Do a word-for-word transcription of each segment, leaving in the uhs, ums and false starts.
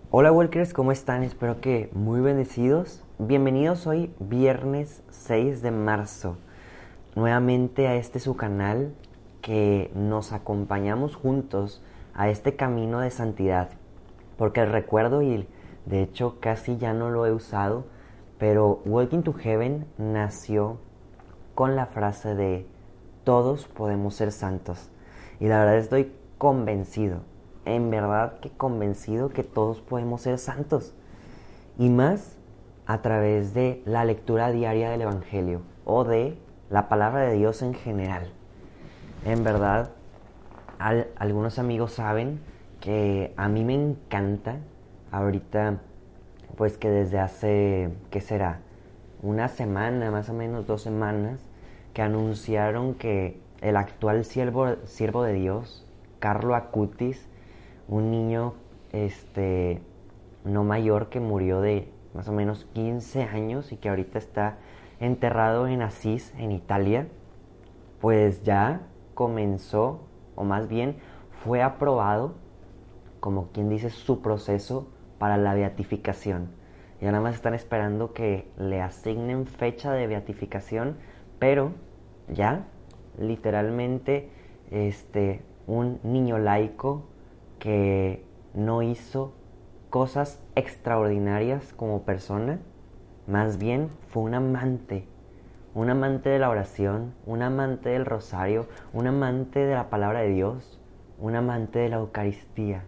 Hola Walkers, ¿cómo están? Espero que muy bendecidos. Bienvenidos hoy, viernes seis de marzo, nuevamente a este su canal que nos acompañamos juntos a este camino de santidad. Porque recuerdo y de hecho casi ya no lo he usado, pero Walking to Heaven nació con la frase de todos podemos ser santos. Y la verdad estoy convencido, en verdad que convencido que todos podemos ser santos. Y más a través de la lectura diaria del Evangelio o de la palabra de Dios en general. En verdad, al, algunos amigos saben que a mí me encanta ahorita, pues que desde hace, ¿qué será? Una semana, más o menos dos semanas, que anunciaron que el actual siervo, siervo de Dios, Carlo Acutis, un niño este, no mayor que murió de más o menos quince años y que ahorita está enterrado en Asís, en Italia, pues ya comenzó, o más bien fue aprobado, como quien dice, su proceso para la beatificación. Ya nada más están esperando que le asignen fecha de beatificación, pero ya, literalmente, este, un niño laico que no hizo cosas extraordinarias como persona, más bien fue un amante, un amante de la oración, un amante del rosario, un amante de la palabra de Dios, un amante de la Eucaristía.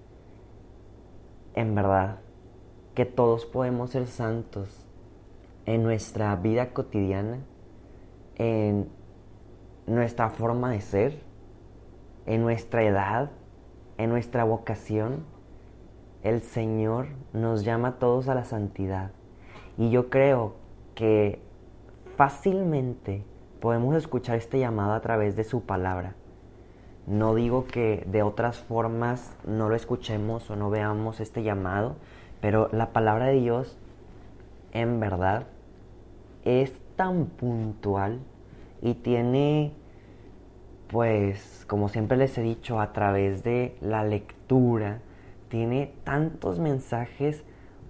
En verdad, que todos podemos ser santos en nuestra vida cotidiana, en nuestra forma de ser, en nuestra edad, en nuestra vocación. El Señor nos llama a todos a la santidad. Y yo creo que fácilmente podemos escuchar este llamado a través de su palabra. No digo que de otras formas no lo escuchemos o no veamos este llamado, pero la palabra de Dios en verdad es tan puntual y tiene, pues, como siempre les he dicho, a través de la lectura, tiene tantos mensajes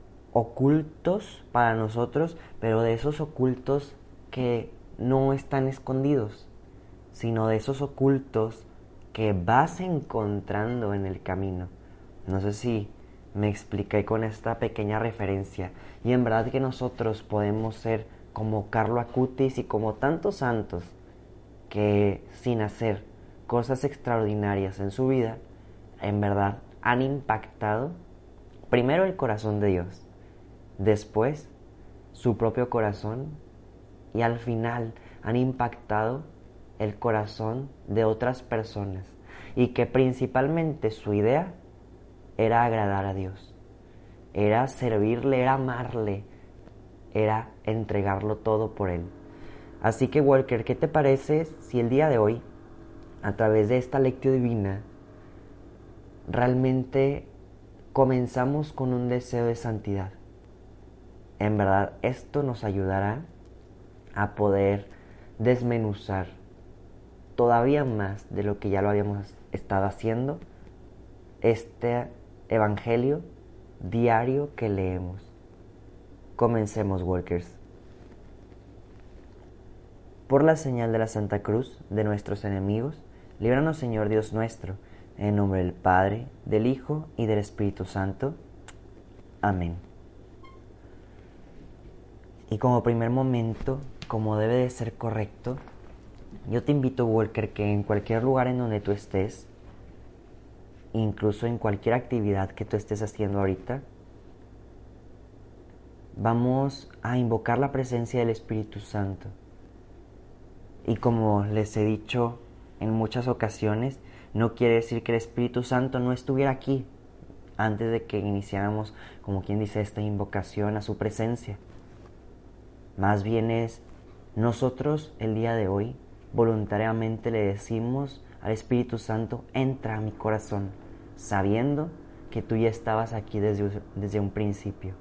ocultos para nosotros, pero de esos ocultos que no están escondidos, sino de esos ocultos que vas encontrando en el camino. No sé si me expliqué con esta pequeña referencia. Y en verdad que nosotros podemos ser como Carlo Acutis y como tantos santos que sin hacer cosas extraordinarias en su vida, en verdad han impactado primero el corazón de Dios, después su propio corazón y al final han impactado el corazón de otras personas y que principalmente su idea era agradar a Dios, era servirle, era amarle, era entregarlo todo por Él. Así que Walker, ¿qué te parece si el día de hoy, a través de esta lectio divina, realmente comenzamos con un deseo de santidad? En verdad, esto nos ayudará a poder desmenuzar todavía más de lo que ya lo habíamos estado haciendo este evangelio diario que leemos. Comencemos, Walkers. Por la señal de la Santa Cruz de nuestros enemigos, líbranos, Señor Dios nuestro, en nombre del Padre, del Hijo y del Espíritu Santo. Amén. Y como primer momento, como debe de ser correcto, yo te invito, Walker, que en cualquier lugar en donde tú estés, incluso en cualquier actividad que tú estés haciendo ahorita, vamos a invocar la presencia del Espíritu Santo. Y como les he dicho en muchas ocasiones, no quiere decir que el Espíritu Santo no estuviera aquí antes de que iniciáramos, como quien dice, esta invocación a su presencia. Más bien es nosotros el día de hoy voluntariamente le decimos al Espíritu Santo: entra a mi corazón, sabiendo que tú ya estabas aquí desde, desde un principio.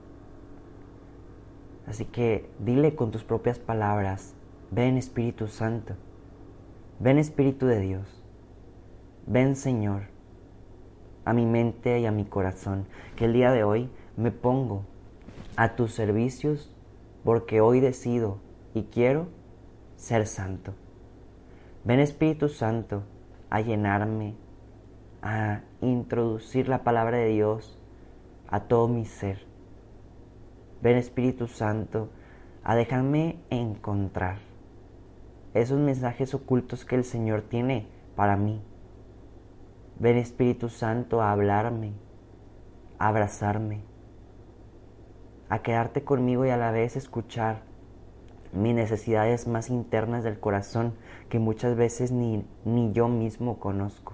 Así que dile con tus propias palabras: ven, Espíritu Santo, ven, Espíritu de Dios, ven, Señor, a mi mente y a mi corazón, que el día de hoy me pongo a tus servicios porque hoy decido y quiero ser santo. Ven Espíritu Santo a llenarme, a introducir la palabra de Dios a todo mi ser. Ven Espíritu Santo a dejarme encontrar esos mensajes ocultos que el Señor tiene para mí. Ven Espíritu Santo a hablarme, a abrazarme, a quedarte conmigo y a la vez escuchar mis necesidades más internas del corazón que muchas veces ni, ni yo mismo conozco.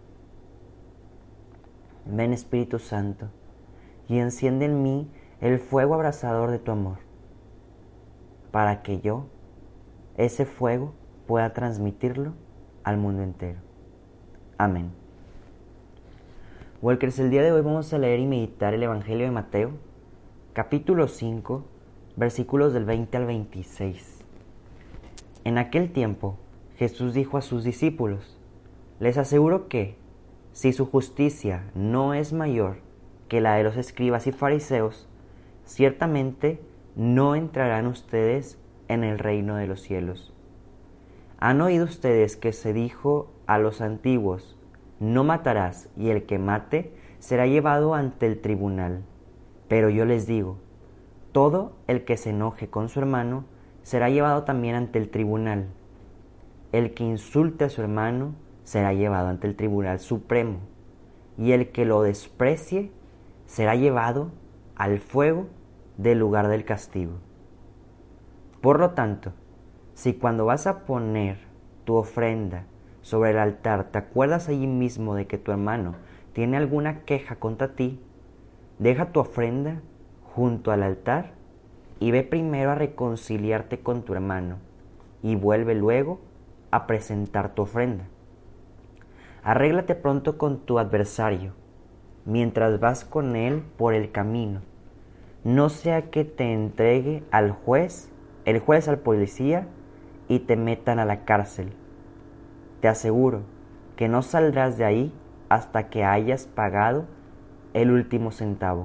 Ven Espíritu Santo y enciende en mí el fuego abrasador de tu amor, para que yo, ese fuego, pueda transmitirlo al mundo entero. Amén. Walkers, el día de hoy vamos a leer y meditar el Evangelio de Mateo, capítulo cinco, versículos del veinte al veintiséis. En aquel tiempo, Jesús dijo a sus discípulos: les aseguro que, si su justicia no es mayor que la de los escribas y fariseos, ciertamente no entrarán ustedes en el reino de los cielos. ¿Han oído ustedes que se dijo a los antiguos: no matarás, y el que mate será llevado ante el tribunal? Pero yo les digo, todo el que se enoje con su hermano será llevado también ante el tribunal. El que insulte a su hermano será llevado ante el tribunal supremo, y el que lo desprecie será llevado al fuego del lugar del castigo. Por lo tanto, si cuando vas a poner tu ofrenda sobre el altar te acuerdas allí mismo de que tu hermano tiene alguna queja contra ti, deja tu ofrenda junto al altar y ve primero a reconciliarte con tu hermano, y vuelve luego a presentar tu ofrenda. Arréglate pronto con tu adversario, mientras vas con él por el camino, no sea que te entregue al juez, el juez al policía, y te metan a la cárcel. Te aseguro que no saldrás de ahí hasta que hayas pagado el último centavo.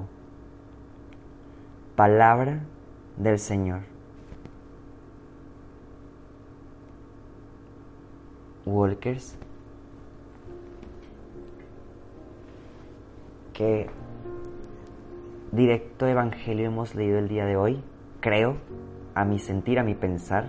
Palabra del Señor. Walkers, qué directo evangelio hemos leído el día de hoy, creo, a mi sentir, a mi pensar.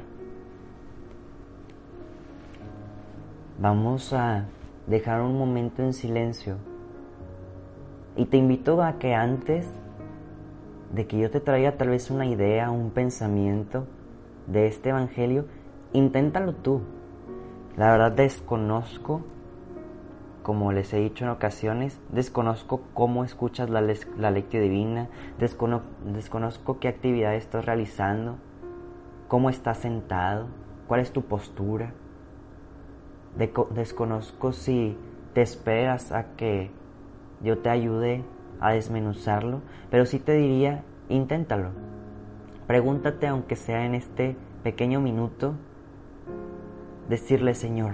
Vamos a dejar un momento en silencio y te invito a que antes de que yo te traiga tal vez una idea, un pensamiento de este evangelio, inténtalo tú. La verdad desconozco, como les he dicho en ocasiones, desconozco cómo escuchas la, le- la lectio divina, descono- desconozco qué actividad estás realizando, cómo estás sentado, cuál es tu postura. Deco- desconozco si te esperas a que yo te ayude a desmenuzarlo, pero sí te diría, inténtalo. Pregúntate, aunque sea en este pequeño minuto, decirle: Señor,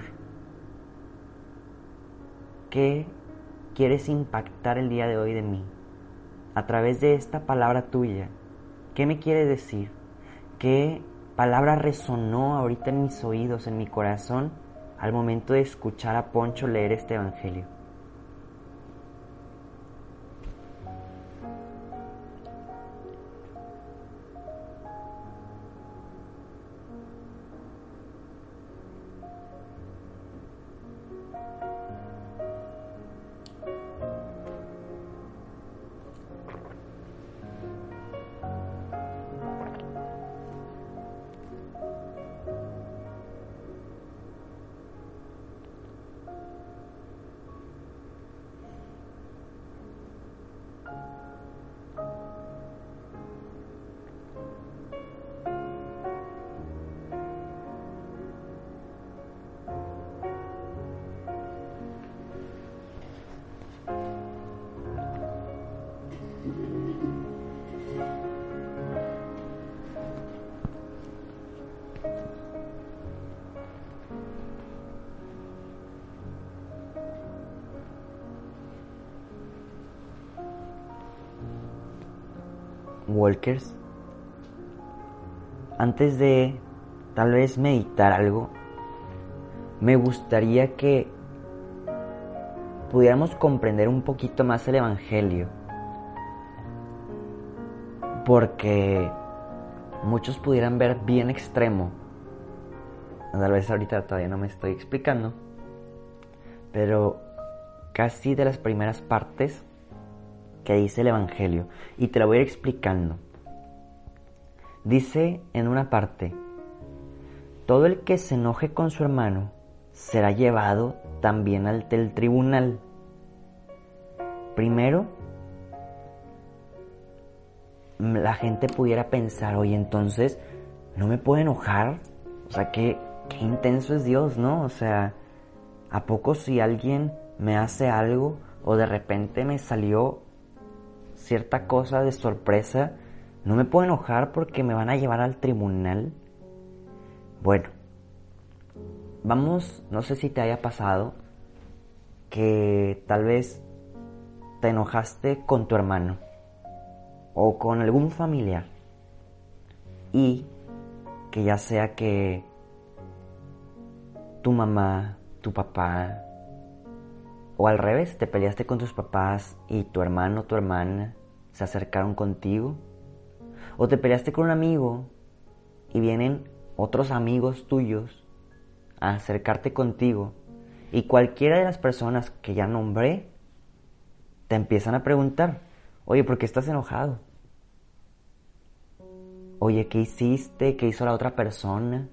¿qué quieres impactar el día de hoy de mí? A través de esta palabra tuya, ¿qué me quieres decir? ¿Qué palabra resonó ahorita en mis oídos, en mi corazón, al momento de escuchar a Poncho leer este evangelio? Walkers, antes de tal vez meditar algo, me gustaría que pudiéramos comprender un poquito más el Evangelio, porque muchos pudieran ver bien extremo. Tal vez ahorita todavía no me estoy explicando, pero casi de las primeras partes que dice el Evangelio, y te lo voy a ir explicando. Dice en una parte: todo el que se enoje con su hermano será llevado también ante el tribunal. Primero, la gente pudiera pensar, oye, entonces no me puedo enojar. O sea, qué, qué intenso es Dios, ¿no? O sea, ¿a poco si alguien me hace algo o de repente me salió cierta cosa de sorpresa, no me puedo enojar porque me van a llevar al tribunal? Bueno, vamos, no sé si te haya pasado que tal vez te enojaste con tu hermano o con algún familiar, y que ya sea que tu mamá, tu papá, o al revés, te peleaste con tus papás y tu hermano o tu hermana se acercaron contigo, o te peleaste con un amigo y vienen otros amigos tuyos a acercarte contigo, y cualquiera de las personas que ya nombré te empiezan a preguntar, oye, ¿por qué estás enojado? Oye, ¿qué hiciste? ¿Qué hizo la otra persona?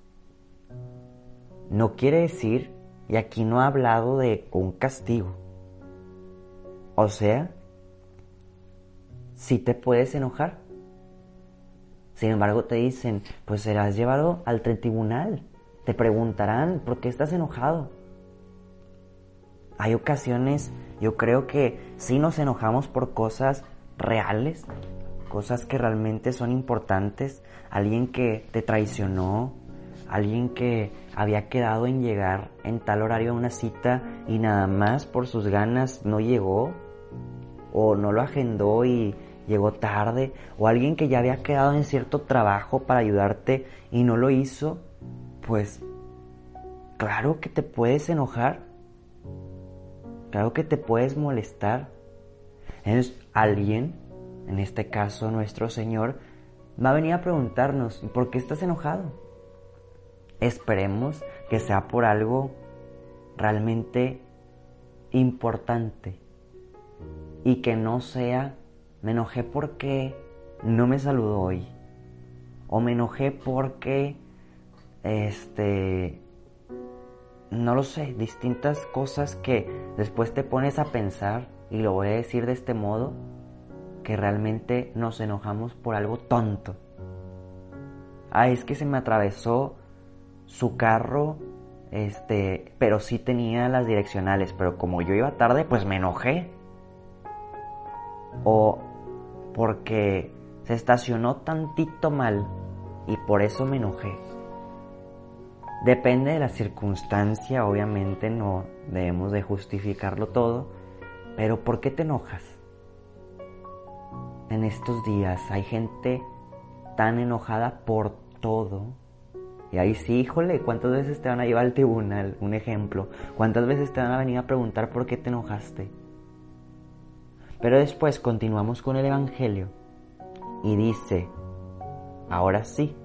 No quiere decir, y aquí no ha hablado de un castigo. O sea, sí te puedes enojar. Sin embargo, te dicen, pues serás llevado al tribunal. Te preguntarán, ¿por qué estás enojado? Hay ocasiones, yo creo que sí nos enojamos por cosas reales, cosas que realmente son importantes. Alguien que te traicionó, alguien que había quedado en llegar en tal horario a una cita y nada más por sus ganas no llegó, o no lo agendó y llegó tarde, o alguien que ya había quedado en cierto trabajo para ayudarte y no lo hizo. Pues claro que te puedes enojar, claro que te puedes molestar. Entonces alguien, en este caso nuestro Señor, va a venir a preguntarnos, ¿por qué estás enojado? Esperemos que sea por algo realmente importante y que no sea, me enojé porque no me saludó hoy, o me enojé porque este no lo sé, distintas cosas que después te pones a pensar, y lo voy a decir de este modo, que realmente nos enojamos por algo tonto. Ah, es que se me atravesó su carro, este, pero sí tenía las direccionales, pero como yo iba tarde, pues me enojé. O porque se estacionó tantito mal y por eso me enojé. Depende de la circunstancia, obviamente no debemos de justificarlo todo, pero ¿por qué te enojas? En estos días hay gente tan enojada por todo. Y ahí sí, híjole, ¿cuántas veces te van a llevar al tribunal? Un ejemplo. ¿Cuántas veces te van a venir a preguntar por qué te enojaste? Pero después continuamos con el Evangelio y dice, ahora sí,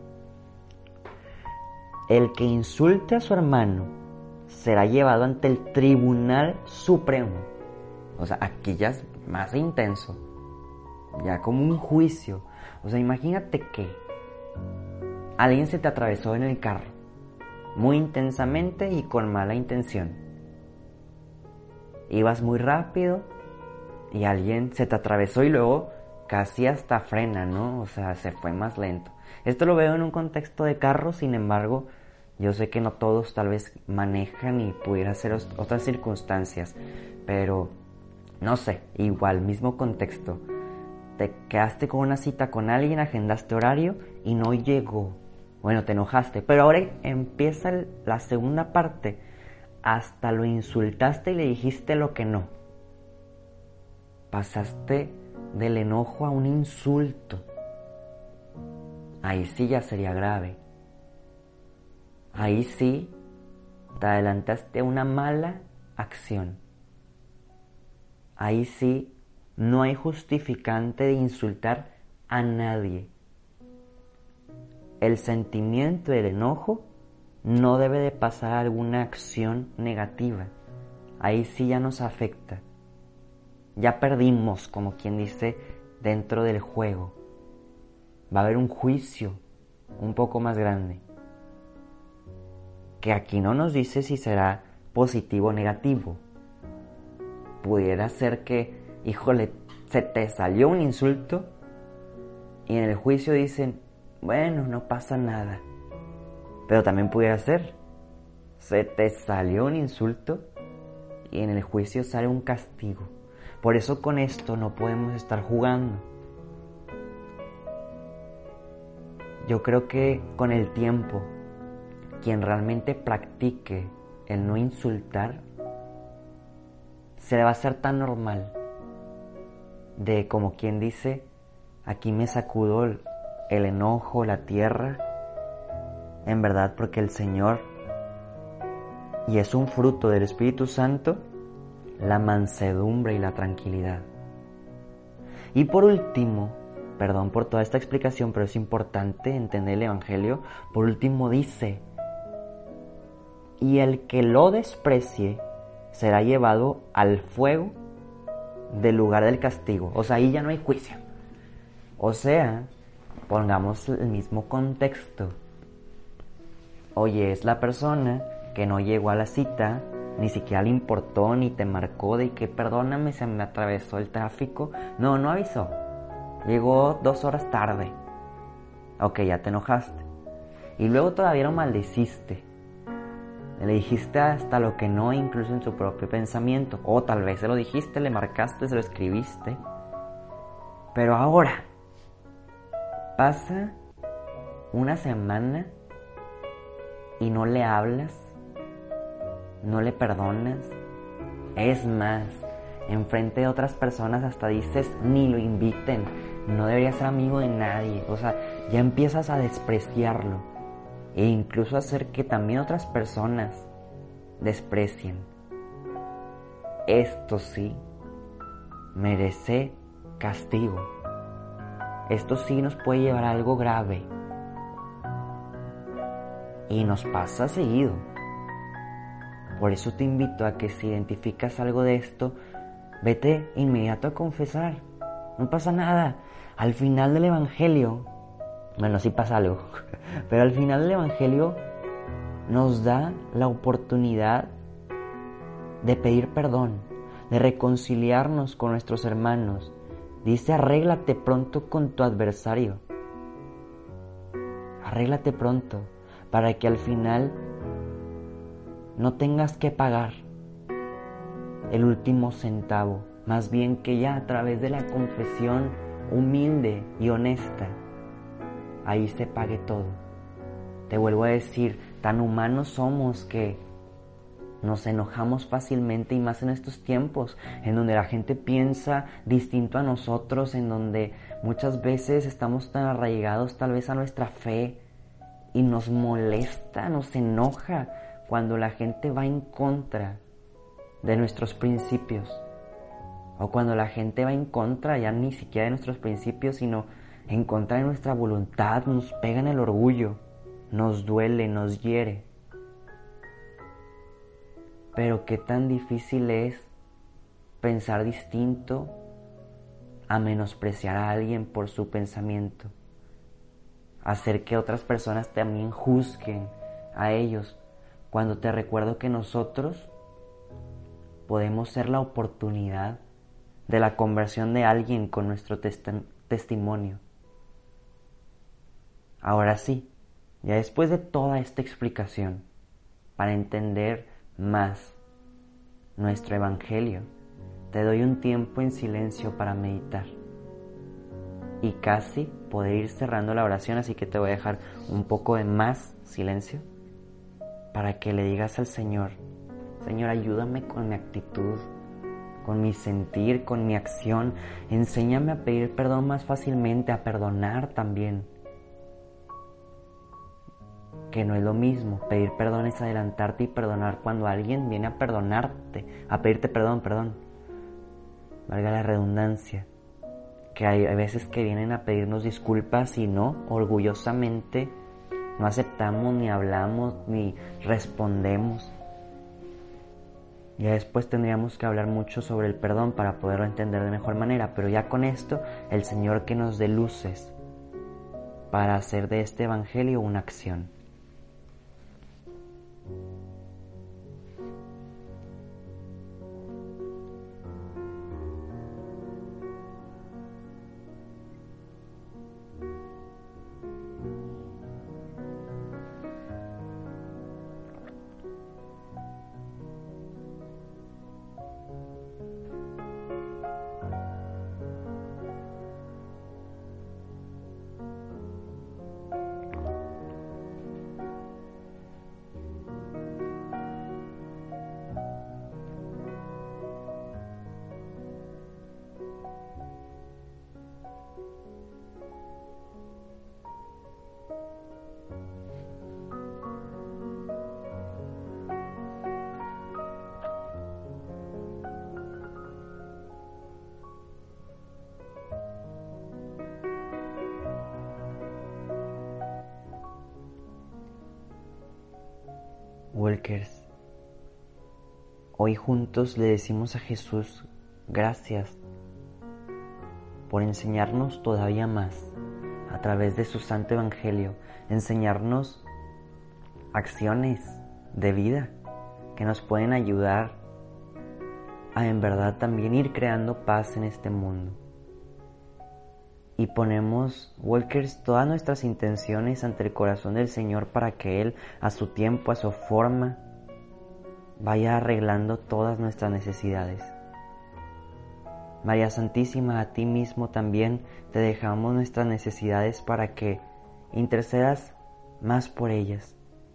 el que insulte a su hermano será llevado ante el Tribunal Supremo. O sea, aquí ya es más intenso, ya como un juicio. O sea, imagínate que alguien se te atravesó en el carro, muy intensamente y con mala intención. Ibas muy rápido y alguien se te atravesó y luego casi hasta frena, ¿no? O sea, se fue más lento. Esto lo veo en un contexto de carro, sin embargo, yo sé que no todos tal vez manejan y pudiera ser otras circunstancias, pero no sé, igual, mismo contexto. Te quedaste con una cita con alguien, agendaste horario y no llegó. Bueno, te enojaste, pero ahora empieza la segunda parte. Hasta lo insultaste y le dijiste lo que no. Pasaste del enojo a un insulto, ahí sí ya sería grave. Ahí sí te adelantaste a una mala acción. Ahí sí no hay justificante de insultar a nadie. El sentimiento del enojo no debe de pasar a alguna acción negativa. Ahí sí ya nos afecta. Ya perdimos, como quien dice, dentro del juego. Va a haber un juicio un poco más grande, que aquí no nos dice si será positivo o negativo. Pudiera ser que, híjole, se te salió un insulto y en el juicio dicen, bueno, no pasa nada. Pero también pudiera ser, se te salió un insulto y en el juicio sale un castigo. Por eso con esto no podemos estar jugando. Yo creo que con el tiempo, quien realmente practique el no insultar, se le va a hacer tan normal de, como quien dice, aquí me sacudo el, el enojo, la tierra, en verdad, porque el Señor, y es un fruto del Espíritu Santo, la mansedumbre y la tranquilidad. Y por último, perdón por toda esta explicación, pero es importante entender el Evangelio, por último dice, y el que lo desprecie será llevado al fuego del lugar del castigo. O sea, ahí ya no hay juicio. O sea, pongamos el mismo contexto. Oye, es la persona que no llegó a la cita, ni siquiera le importó, ni te marcó de que perdóname, se me atravesó el tráfico. No, no avisó. Llegó dos horas tarde. Ok, ya te enojaste. Y luego todavía lo maldeciste. Le dijiste hasta lo que no, incluso en su propio pensamiento. O tal vez se lo dijiste, le marcaste, se lo escribiste. Pero ahora pasa una semana y no le hablas, no le perdonas. Es más, enfrente de otras personas hasta dices, ni lo inviten, no debería ser amigo de nadie. O sea, ya empiezas a despreciarlo e incluso hacer que también otras personas desprecien. Esto sí merece castigo. Esto sí nos puede llevar a algo grave. Y nos pasa seguido. Por eso te invito a que si identificas algo de esto, vete inmediato a confesar. No pasa nada. Al final del Evangelio, bueno, sí pasa algo, pero al final del Evangelio nos da la oportunidad de pedir perdón, de reconciliarnos con nuestros hermanos. Dice, arréglate pronto con tu adversario. Arréglate pronto, para que al final no tengas que pagar el último centavo, más bien que ya a través de la confesión humilde y honesta, ahí se pague todo. Te vuelvo a decir, tan humanos somos que nos enojamos fácilmente, y más en estos tiempos en donde la gente piensa distinto a nosotros, en donde muchas veces estamos tan arraigados tal vez a nuestra fe y nos molesta, nos enoja cuando la gente va en contra de nuestros principios, o cuando la gente va en contra ya ni siquiera de nuestros principios, sino en contra de nuestra voluntad. Nos pega en el orgullo, nos duele, nos hiere. Pero qué tan difícil es pensar distinto a menospreciar a alguien por su pensamiento, hacer que otras personas también juzguen a ellos, cuando te recuerdo que nosotros podemos ser la oportunidad de la conversión de alguien con nuestro test- testimonio. Ahora sí, ya después de toda esta explicación, para entender más nuestro Evangelio, te doy un tiempo en silencio para meditar y casi poder ir cerrando la oración, así que te voy a dejar un poco de más silencio para que le digas al Señor, Señor, ayúdame con mi actitud, con mi sentir, con mi acción. Enséñame a pedir perdón más fácilmente, a perdonar también. Que no es lo mismo. Pedir perdón es adelantarte y perdonar cuando alguien viene a perdonarte, a pedirte perdón, perdón. Valga la redundancia. Que hay, hay veces que vienen a pedirnos disculpas y no, orgullosamente no aceptamos, ni hablamos, ni respondemos. Ya después tendríamos que hablar mucho sobre el perdón para poderlo entender de mejor manera, pero ya con esto, el Señor que nos dé luces para hacer de este evangelio una acción. Walkers, hoy juntos le decimos a Jesús gracias por enseñarnos todavía más a través de su santo evangelio, enseñarnos acciones de vida que nos pueden ayudar a en verdad también ir creando paz en este mundo. Y ponemos, Walkers, todas nuestras intenciones ante el corazón del Señor para que Él, a su tiempo, a su forma, vaya arreglando todas nuestras necesidades. María Santísima, a ti mismo también te dejamos nuestras necesidades para que intercedas más por ellas.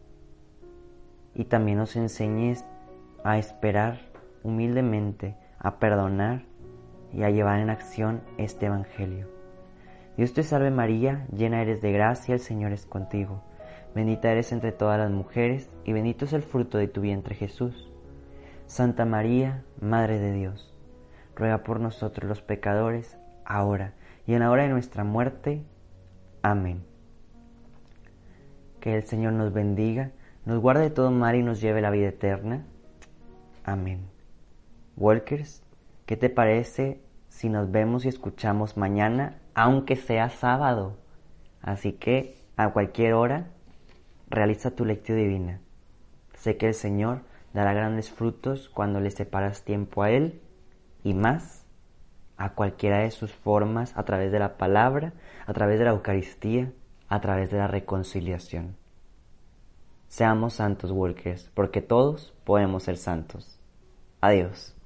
Y también nos enseñes a esperar humildemente, a perdonar y a llevar en acción este evangelio. Dios te salve María, llena eres de gracia, el Señor es contigo. Bendita eres entre todas las mujeres, y bendito es el fruto de tu vientre Jesús. Santa María, Madre de Dios, ruega por nosotros los pecadores, ahora y en la hora de nuestra muerte. Amén. Que el Señor nos bendiga, nos guarde de todo mal y nos lleve a la vida eterna. Amén. Walkers, ¿qué te parece si nos vemos y escuchamos mañana, aunque sea sábado? Así que a cualquier hora realiza tu lectio divina. Sé que el Señor dará grandes frutos cuando le separas tiempo a Él y más a cualquiera de sus formas, a través de la palabra, a través de la Eucaristía, a través de la reconciliación. Seamos santos, Walkers, porque todos podemos ser santos. Adiós.